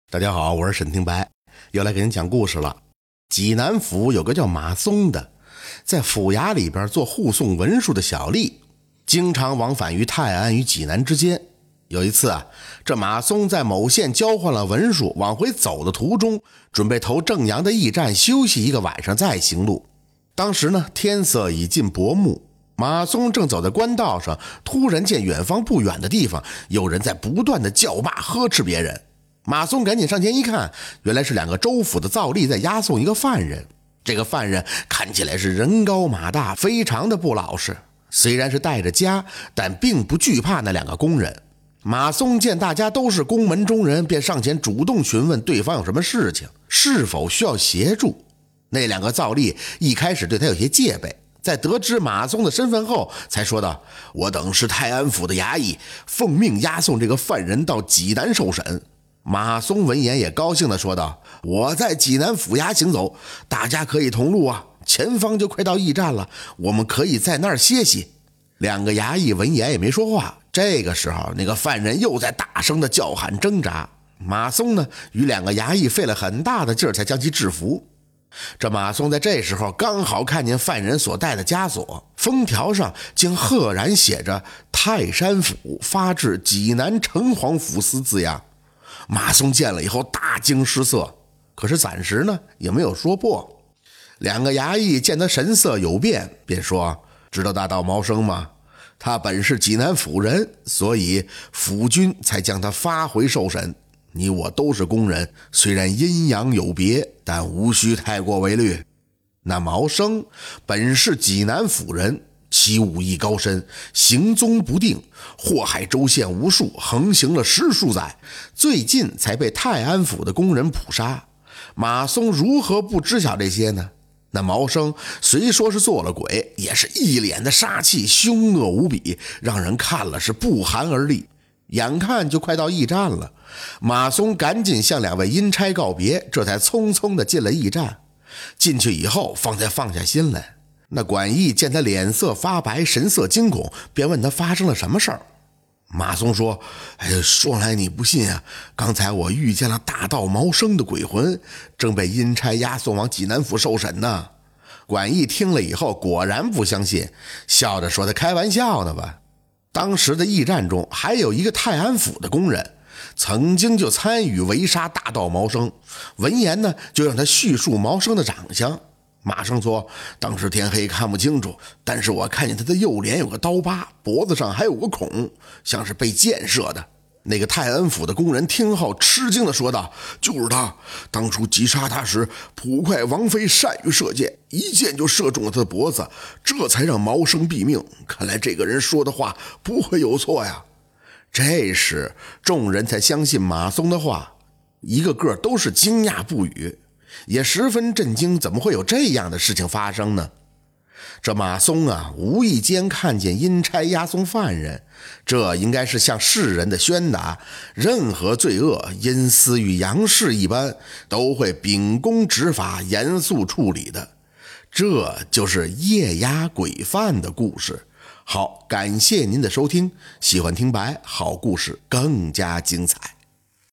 大家好，我是沈听白，又来给您讲故事了。济南府有个叫马松的，在府衙里边做护送文书的小吏，经常往返于泰安与济南之间。有一次这马松在某县交换了文书，往回走的途中，准备投正阳的驿站休息一个晚上再行路。当时天色已近薄暮，马松正走在官道上，突然见远方不远的地方有人在不断的叫骂呵斥别人。马松赶紧上前一看，原来是两个州府的造吏在押送一个犯人。这个犯人看起来是人高马大，非常的不老实，虽然是带着枷，但并不惧怕那两个工人。马松见大家都是宫门中人，便上前主动询问对方有什么事情，是否需要协助。那两个造吏一开始对他有些戒备，在得知马松的身份后才说道：我等是泰安府的衙役，奉命押送这个犯人到济南受审。马松闻言也高兴地说道：我在济南府衙行走，大家可以同路啊，前方就快到驿站了，我们可以在那儿歇息。两个衙役闻言也没说话。这个时候那个犯人又在大声的叫喊挣扎，马松与两个衙役费了很大的劲儿才将其制服。这马松在这时候刚好看见犯人所带的枷锁，封条上竟赫然写着泰山府发至济南城隍府司字样。马松见了以后大惊失色，可是暂时也没有说破。两个衙役见他神色有变，便说：知道大盗毛生吗？他本是济南府人，所以府君才将他发回受审。你我都是工人，虽然阴阳有别，但无需太过为虑。那毛生本是济南府人，其武艺高深，行踪不定，祸害州县无数，横行了10数载，最近才被泰安府的工人捕杀。马松如何不知晓这些呢？那毛生虽说是做了鬼，也是一脸的杀气，凶恶无比，让人看了是不寒而栗。眼看就快到驿站了，马松赶紧向两位阴差告别，这才匆匆地进了驿站。进去以后方才放下心来。那管驿见他脸色发白，神色惊恐，便问他发生了什么事儿。马松说：说来你不信啊，刚才我遇见了大盗毛生的鬼魂，正被阴差押送往济南府受审呢。管驿听了以后果然不相信，笑着说：他开玩笑呢吧。当时的驿站中还有一个泰安府的工人，曾经就参与围杀大盗毛生。闻言就让他叙述毛生的长相。马生说：当时天黑看不清楚，但是我看见他的右脸有个刀疤，脖子上还有个孔，像是被箭射的。那个泰安府的工人听后吃惊地说道：就是他，当初击杀他时，捕快王妃善于射箭，一箭就射中了他的脖子，这才让毛生毙命。看来这个人说的话不会有错呀。这时众人才相信马松的话，一个个都是惊讶不语，也十分震惊，怎么会有这样的事情发生呢？这马松无意间看见阴差押送犯人，这应该是向世人的宣达，任何罪恶因私与杨氏一般，都会秉公执法，严肃处理的。这就是夜押鬼犯的故事。好，感谢您的收听，喜欢听白，好故事更加精彩。